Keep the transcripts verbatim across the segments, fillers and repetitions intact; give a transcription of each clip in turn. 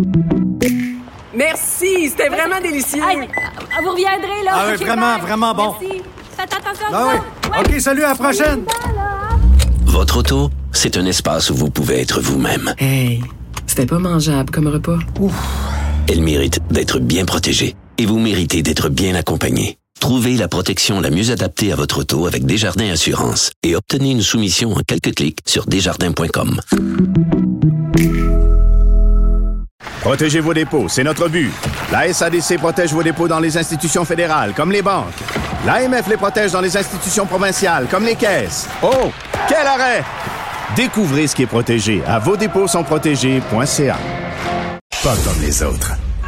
Merci, c'était vraiment délicieux. Hey, vous reviendrez, là. Ah oui, okay, vraiment, bye. vraiment bon. Merci. Faites attention Ah oui. ouais. OK, salut, à la prochaine. Votre auto, c'est un espace où vous pouvez être vous-même. Hey, c'était pas mangeable comme repas. Ouf. Elle mérite d'être bien protégée et vous méritez d'être bien accompagné. Trouvez la protection la mieux adaptée à votre auto avec Desjardins Assurance et obtenez une soumission en quelques clics sur desjardins point com. Protégez vos dépôts, c'est notre but. La S A D C protège vos dépôts dans les institutions fédérales, comme les banques. L'A M F les protège dans les institutions provinciales, comme les caisses. Oh, quel arrêt! Découvrez ce qui est protégé à vos dépôts sont protégés point c a. Pas comme les autres.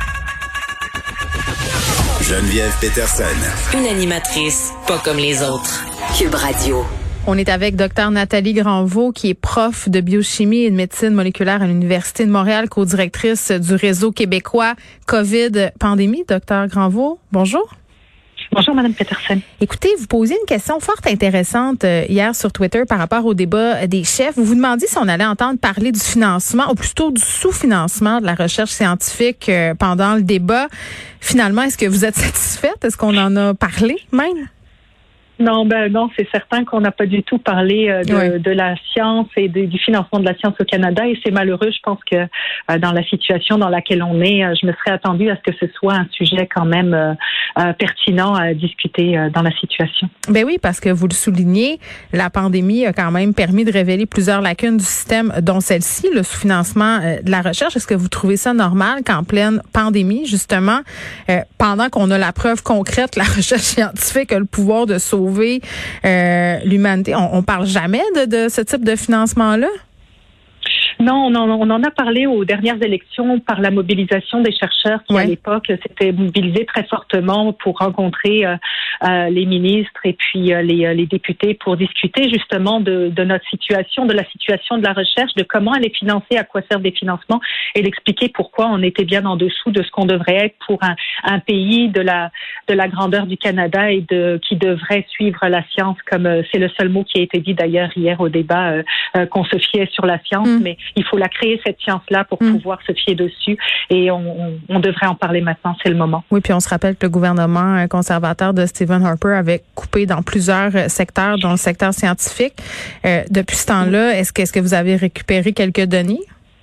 Geneviève Peterson. Une animatrice pas comme les autres. Cube Radio. On est avec Dr Nathalie Granvaux, qui est prof de biochimie et de médecine moléculaire à l'Université de Montréal, co-directrice du réseau québécois COVID Pandémie. Dr Granvaux, bonjour. Bonjour, Mme Peterson. Écoutez, vous posiez une question fort intéressante euh, hier sur Twitter par rapport au débat des chefs. Vous vous demandiez si on allait entendre parler du financement, ou plutôt du sous-financement de la recherche scientifique euh, pendant le débat. Finalement, est-ce que vous êtes satisfaite? Est-ce qu'on en a parlé même? Non, ben non, c'est certain qu'on n'a pas du tout parlé euh, de, ouais. de la science et de, du financement de la science au Canada, et c'est malheureux. Je pense que euh, dans la situation dans laquelle on est, euh, je me serais attendue à ce que ce soit un sujet quand même euh, euh, pertinent à discuter euh, dans la situation. Ben oui, parce que vous le soulignez, la pandémie a quand même permis de révéler plusieurs lacunes du système, dont celle-ci, le sous-financement euh, de la recherche. Est-ce que vous trouvez ça normal qu'en pleine pandémie, justement, euh, pendant qu'on a la preuve concrète que la recherche scientifique a le pouvoir de sauver Euh, l'humanité. On, on parle jamais de, de ce type de financement-là? Non, on en, on en a parlé aux dernières élections par la mobilisation des chercheurs qui, ouais. à l'époque, s'étaient mobilisés très fortement pour rencontrer euh, euh, les ministres et puis euh, les, les députés pour discuter justement de, de notre situation, de la situation de la recherche, de comment elle est financée, à quoi servent les financements, et d'expliquer pourquoi on était bien en dessous de ce qu'on devrait être pour un, un pays de la, de la grandeur du Canada et de, qui devrait suivre la science, comme euh, c'est le seul mot qui a été dit d'ailleurs hier au débat, euh, euh, qu'on se fiait sur la science, mmh. mais il faut la créer, cette science-là, pour mmh. pouvoir se fier dessus. Et on, on, on devrait en parler maintenant, c'est le moment. Oui, puis on se rappelle que le gouvernement conservateur de Stephen Harper avait coupé dans plusieurs secteurs, dont le secteur scientifique. Euh, depuis ce temps-là, est-ce que, est-ce que vous avez récupéré quelques données?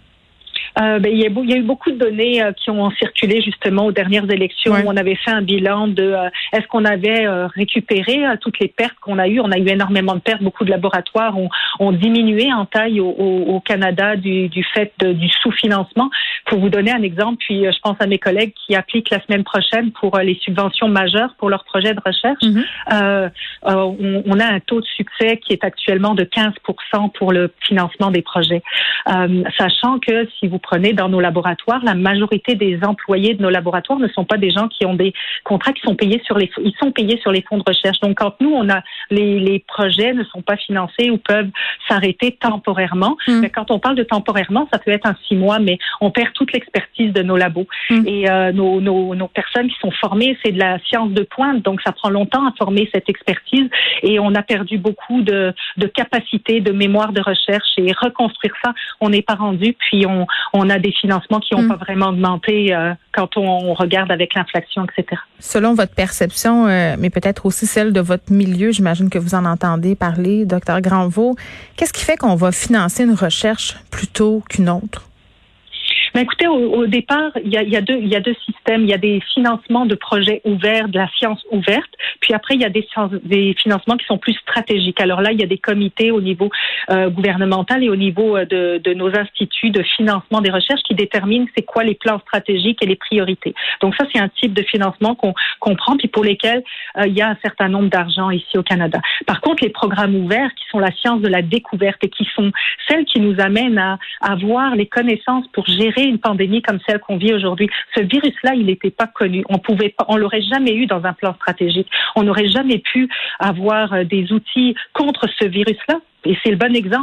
Euh, ben, il, y a, il y a eu beaucoup de données euh, qui ont circulé justement aux dernières élections. Ouais. On avait fait un bilan de euh, est-ce qu'on avait euh, récupéré euh, toutes les pertes qu'on a eues. On a eu énormément de pertes. Beaucoup de laboratoires ont, ont diminué en taille au, au, au Canada du, du fait de, du sous-financement. Pour vous donner un exemple, puis euh, je pense à mes collègues qui appliquent la semaine prochaine pour euh, les subventions majeures pour leurs projets de recherche. Mm-hmm. Euh, euh, on, on a un taux de succès qui est actuellement de quinze pour cent pour le financement des projets. Euh, sachant que si vous prenez dans nos laboratoires, la majorité des employés de nos laboratoires ne sont pas des gens qui ont des contrats qui sont payés sur les ils sont payés sur les fonds de recherche. Donc quand nous on a les, les projets ne sont pas financés ou peuvent s'arrêter temporairement. Mm. Mais quand on parle de temporairement, ça peut être un six mois, mais on perd toute l'expertise de nos labos. Mm. Et euh, nos, nos, nos personnes qui sont formées, c'est de la science de pointe, donc ça prend longtemps à former cette expertise et on a perdu beaucoup de, de capacité, de mémoire de recherche, et reconstruire ça, on n'est pas rendu, puis on On a des financements qui n'ont mmh. pas vraiment augmenté euh, quand on, on regarde avec l'inflation, et cetera. Selon votre perception, euh, mais peut-être aussi celle de votre milieu, j'imagine que vous en entendez parler, docteur Granvaux, qu'est-ce qui fait qu'on va financer une recherche plutôt qu'une autre? Ben écoutez, au, au départ, il y a, il y a deux, il y a deux systèmes. Il y a des financements de projets ouverts, de la science ouverte. Puis après, il y a des, des financements qui sont plus stratégiques. Alors là, il y a des comités au niveau euh, gouvernemental et au niveau de, de nos instituts de financement des recherches qui déterminent c'est quoi les plans stratégiques et les priorités. Donc ça, c'est un type de financement qu'on, qu'on prend, puis pour lesquels euh, il y a un certain nombre d'argent ici au Canada. Par contre, les programmes ouverts, qui sont la science de la découverte et qui sont celles qui nous amènent à avoir les connaissances pour gérer une pandémie comme celle qu'on vit aujourd'hui. Ce virus-là, il n'était pas connu. On pouvait pas, on l'aurait jamais eu dans un plan stratégique. On n'aurait jamais pu avoir des outils contre ce virus-là. Et c'est le bon exemple.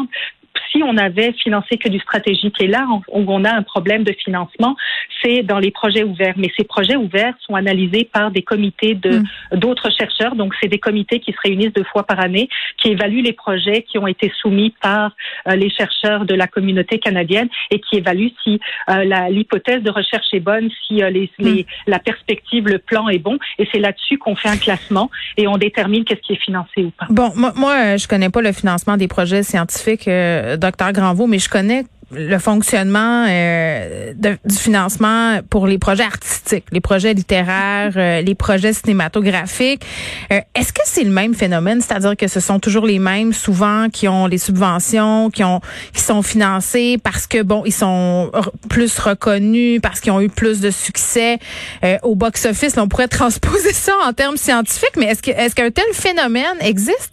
si on avait financé que du stratégique, et là où on a un problème de financement, c'est dans les projets ouverts. Mais ces projets ouverts sont analysés par des comités de mmh. d'autres chercheurs. Donc, c'est des comités qui se réunissent deux fois par année, qui évaluent les projets qui ont été soumis par euh, les chercheurs de la communauté canadienne et qui évaluent si euh, la, l'hypothèse de recherche est bonne, si euh, les, mmh. les, la perspective, le plan est bon. Et c'est là-dessus qu'on fait un classement et on détermine qu'est-ce qui est financé ou pas. Bon, moi, moi je connais pas le financement des projets scientifiques, euh, docteur Granvaux, mais je connais le fonctionnement euh, de, du financement pour les projets artistiques, les projets littéraires, euh, les projets cinématographiques. Euh, est-ce que c'est le même phénomène, c'est-à-dire que ce sont toujours les mêmes souvent qui ont les subventions, qui ont qui sont financés parce que bon, ils sont r- plus reconnus, parce qu'ils ont eu plus de succès euh, au box-office. Là, on pourrait transposer ça en termes scientifiques, mais est-ce que est-ce qu'un tel phénomène existe?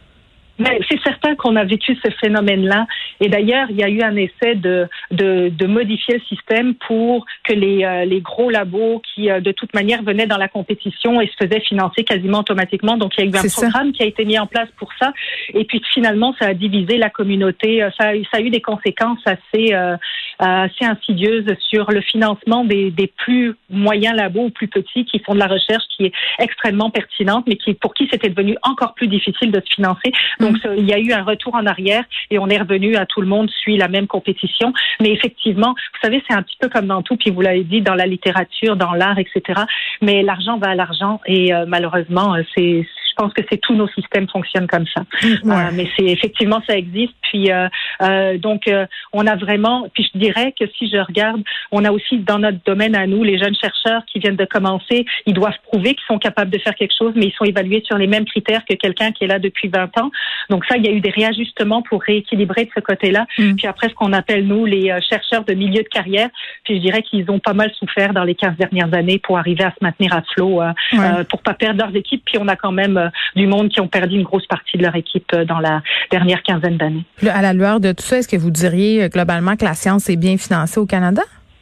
Mais c'est certain qu'on a vécu ce phénomène-là. Et d'ailleurs, il y a eu un essai de de, de modifier le système pour que les euh, les gros labos qui, euh, de toute manière, venaient dans la compétition et se faisaient financer quasiment automatiquement. Donc, il y a eu un c'est programme ça. qui a été mis en place pour ça. Et puis, finalement, ça a divisé la communauté. Ça a, ça a eu des conséquences assez euh, assez insidieuses sur le financement des, des plus moyens labos ou plus petits qui font de la recherche qui est extrêmement pertinente, mais qui pour qui c'était devenu encore plus difficile de se financer. Donc, mmh. il y a eu un retour en arrière et on est revenu à tout le monde suit la même compétition. Mais effectivement, vous savez, c'est un petit peu comme dans tout, puis vous l'avez dit, dans la littérature, dans l'art, et cetera. Mais l'argent va à l'argent et euh, malheureusement, c'est... Je pense que c'est tous nos systèmes fonctionnent comme ça. Ouais. Euh, mais c'est effectivement ça existe. Puis euh, euh, donc euh, on a vraiment. Puis je dirais que si je regarde, on a aussi dans notre domaine à nous les jeunes chercheurs qui viennent de commencer. Ils doivent prouver qu'ils sont capables de faire quelque chose, mais ils sont évalués sur les mêmes critères que quelqu'un qui est là depuis vingt ans. Donc ça, il y a eu des réajustements pour rééquilibrer de ce côté-là. Mm. Puis après, ce qu'on appelle nous les chercheurs de milieu de carrière. Puis je dirais qu'ils ont pas mal souffert dans les quinze dernières années pour arriver à se maintenir à flot, euh, ouais. euh, pour pas perdre leurs équipes. Puis on a quand même du monde qui ont perdu une grosse partie de leur équipe dans la dernière quinzaine d'années. À la lueur de tout ça, est-ce que vous diriez globalement que la science est bien financée au Canada?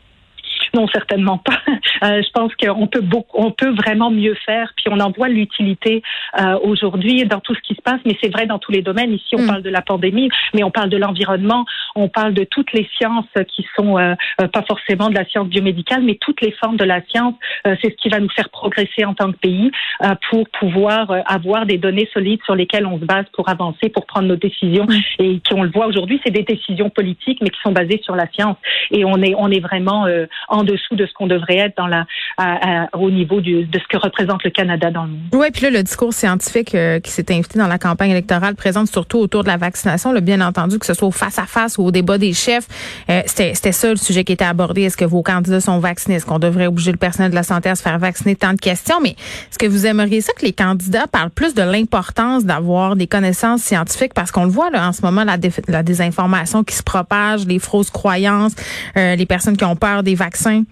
Non, certainement pas. Euh, je pense qu'on peut beaucoup, on peut vraiment mieux faire. Puis on en voit l'utilité euh, aujourd'hui dans tout ce qui se passe. Mais c'est vrai dans tous les domaines. Ici, on mm. parle de la pandémie, mais on parle de l'environnement. On parle de toutes les sciences qui sont euh, pas forcément de la science biomédicale, mais toutes les formes de la science. Euh, c'est ce qui va nous faire progresser en tant que pays euh, pour pouvoir euh, avoir des données solides sur lesquelles on se base pour avancer, pour prendre nos décisions. Mm. Et qui, on le voit aujourd'hui, c'est des décisions politiques, mais qui sont basées sur la science. Et on est, on est vraiment euh, en dessous de ce qu'on devrait être dans la, à, à, au niveau du, de ce que représente le Canada dans le monde. Oui, puis là, le discours scientifique euh, qui s'est invité dans la campagne électorale présente surtout autour de la vaccination. Là, bien entendu, que ce soit au face-à-face ou au débat des chefs, euh, c'était, c'était ça le sujet qui était abordé. Est-ce que vos candidats sont vaccinés? Est-ce qu'on devrait obliger le personnel de la santé à se faire vacciner? Tant de questions. Mais est-ce que vous aimeriez ça que les candidats parlent plus de l'importance d'avoir des connaissances scientifiques? Parce qu'on le voit là en ce moment, la, dé- la désinformation qui se propage, les fausses croyances, euh, les personnes qui ont peur des vaccins.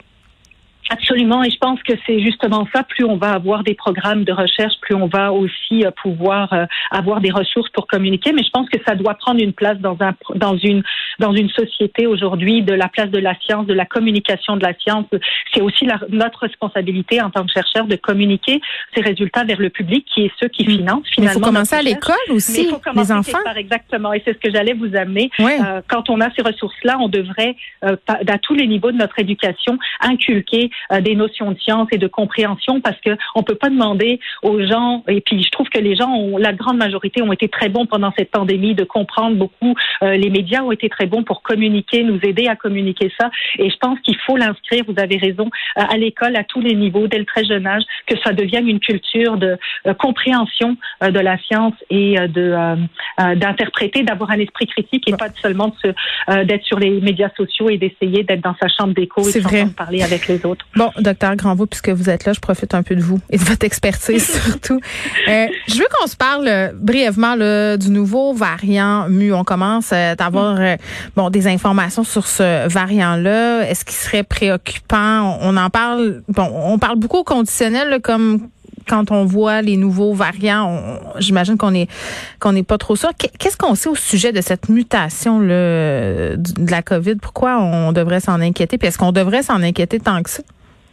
Absolument, et je pense que c'est justement ça. Plus on va avoir des programmes de recherche, plus on va aussi euh, pouvoir euh, avoir des ressources pour communiquer. Mais je pense que ça doit prendre une place dans un dans une dans une société aujourd'hui, de la place de la science, de la communication de la science. C'est aussi la, notre responsabilité en tant que chercheur de communiquer ces résultats vers le public, qui est ceux qui financent finalement. Mais il faut commencer à l'école aussi, il faut commencer les enfants. Par, exactement, et c'est ce que j'allais vous amener. Oui. Euh, quand on a ces ressources-là, on devrait, euh, à tous les niveaux de notre éducation, inculquer Euh, des notions de science et de compréhension, parce que on peut pas demander aux gens, et puis je trouve que les gens ont, la grande majorité ont été très bons pendant cette pandémie de comprendre beaucoup, euh, les médias ont été très bons pour communiquer, nous aider à communiquer ça, et je pense qu'il faut l'inscrire, vous avez raison, euh, à l'école, à tous les niveaux, dès le très jeune âge, que ça devienne une culture de euh, compréhension euh, de la science et euh, de euh, euh, d'interpréter, d'avoir un esprit critique et ouais. pas seulement de se, euh, d'être sur les médias sociaux et d'essayer d'être dans sa chambre d'écho et de parler avec les autres. Bon, docteur Granvaux, puisque vous êtes là, je profite un peu de vous et de votre expertise surtout. Euh, je veux qu'on se parle euh, brièvement là, du nouveau variant mu. On commence euh, d'avoir euh, bon des informations sur ce variant-là. Est-ce qu'il serait préoccupant? On, on en parle. Bon, on parle beaucoup au conditionnel là, comme quand on voit les nouveaux variants. On, j'imagine qu'on est qu'on n'est pas trop sûr. Qu'est-ce qu'on sait au sujet de cette mutation là, de la COVID? Pourquoi on devrait s'en inquiéter? Puis est-ce qu'on devrait s'en inquiéter tant que ça?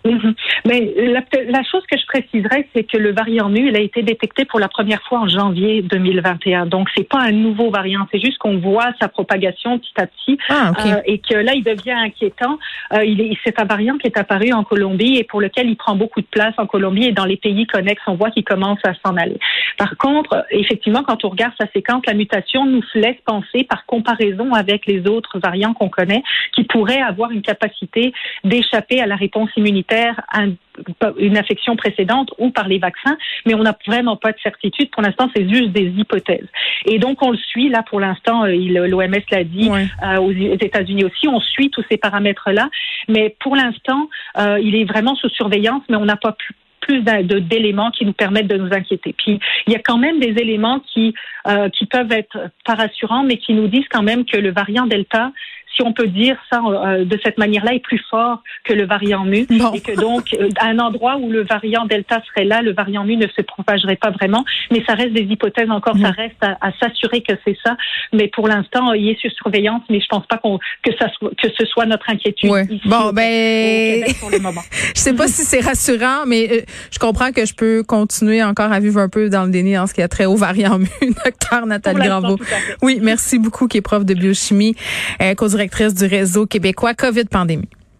Mm-hmm. Mais la, la chose que je préciserais, c'est que le variant mu, il a été détecté pour la première fois en janvier deux mille vingt et un. Donc, c'est pas un nouveau variant. C'est juste qu'on voit sa propagation petit à petit. Ah, okay. euh, et que là, il devient inquiétant. Euh, il est, c'est un variant qui est apparu en Colombie et pour lequel il prend beaucoup de place en Colombie et dans les pays connexes. On voit qu'il commence à s'en aller. Par contre, effectivement, quand on regarde sa séquence, la mutation nous laisse penser, par comparaison avec les autres variants qu'on connaît, qu'il pourrait avoir une capacité d'échapper à la réponse immunitaire à une infection précédente ou par les vaccins, mais on n'a vraiment pas de certitude. Pour l'instant, c'est juste des hypothèses. Et donc, on le suit. Là, pour l'instant, l'O M S l'a dit, ouais. euh, aux États-Unis aussi, on suit tous ces paramètres-là. Mais pour l'instant, euh, il est vraiment sous surveillance, mais on n'a pas pu plus d'éléments qui nous permettent de nous inquiéter. Puis, il y a quand même des éléments qui euh, qui peuvent être pas rassurants, mais qui nous disent quand même que le variant Delta, si on peut dire ça euh, de cette manière-là, est plus fort que le variant mu. Bon. Et que donc, euh, à un endroit où le variant Delta serait là, le variant mu ne se propagerait pas vraiment. Mais ça reste des hypothèses encore, mmh. ça reste à, à s'assurer que c'est ça. Mais pour l'instant, il est sur surveillance, mais je pense pas qu'on, que, ça soit, que ce soit notre inquiétude ouais. ici bon, au, ben... au Québec pour le moment. Je sais pas si c'est rassurant, mais euh, je comprends que je peux continuer encore à vivre un peu dans le déni en ce qui a trait au variant mu. Docteur Nathalie Granvaux. Oui, merci beaucoup, qui est prof de biochimie, euh, co-directrice du réseau québécois COVID Pandémie.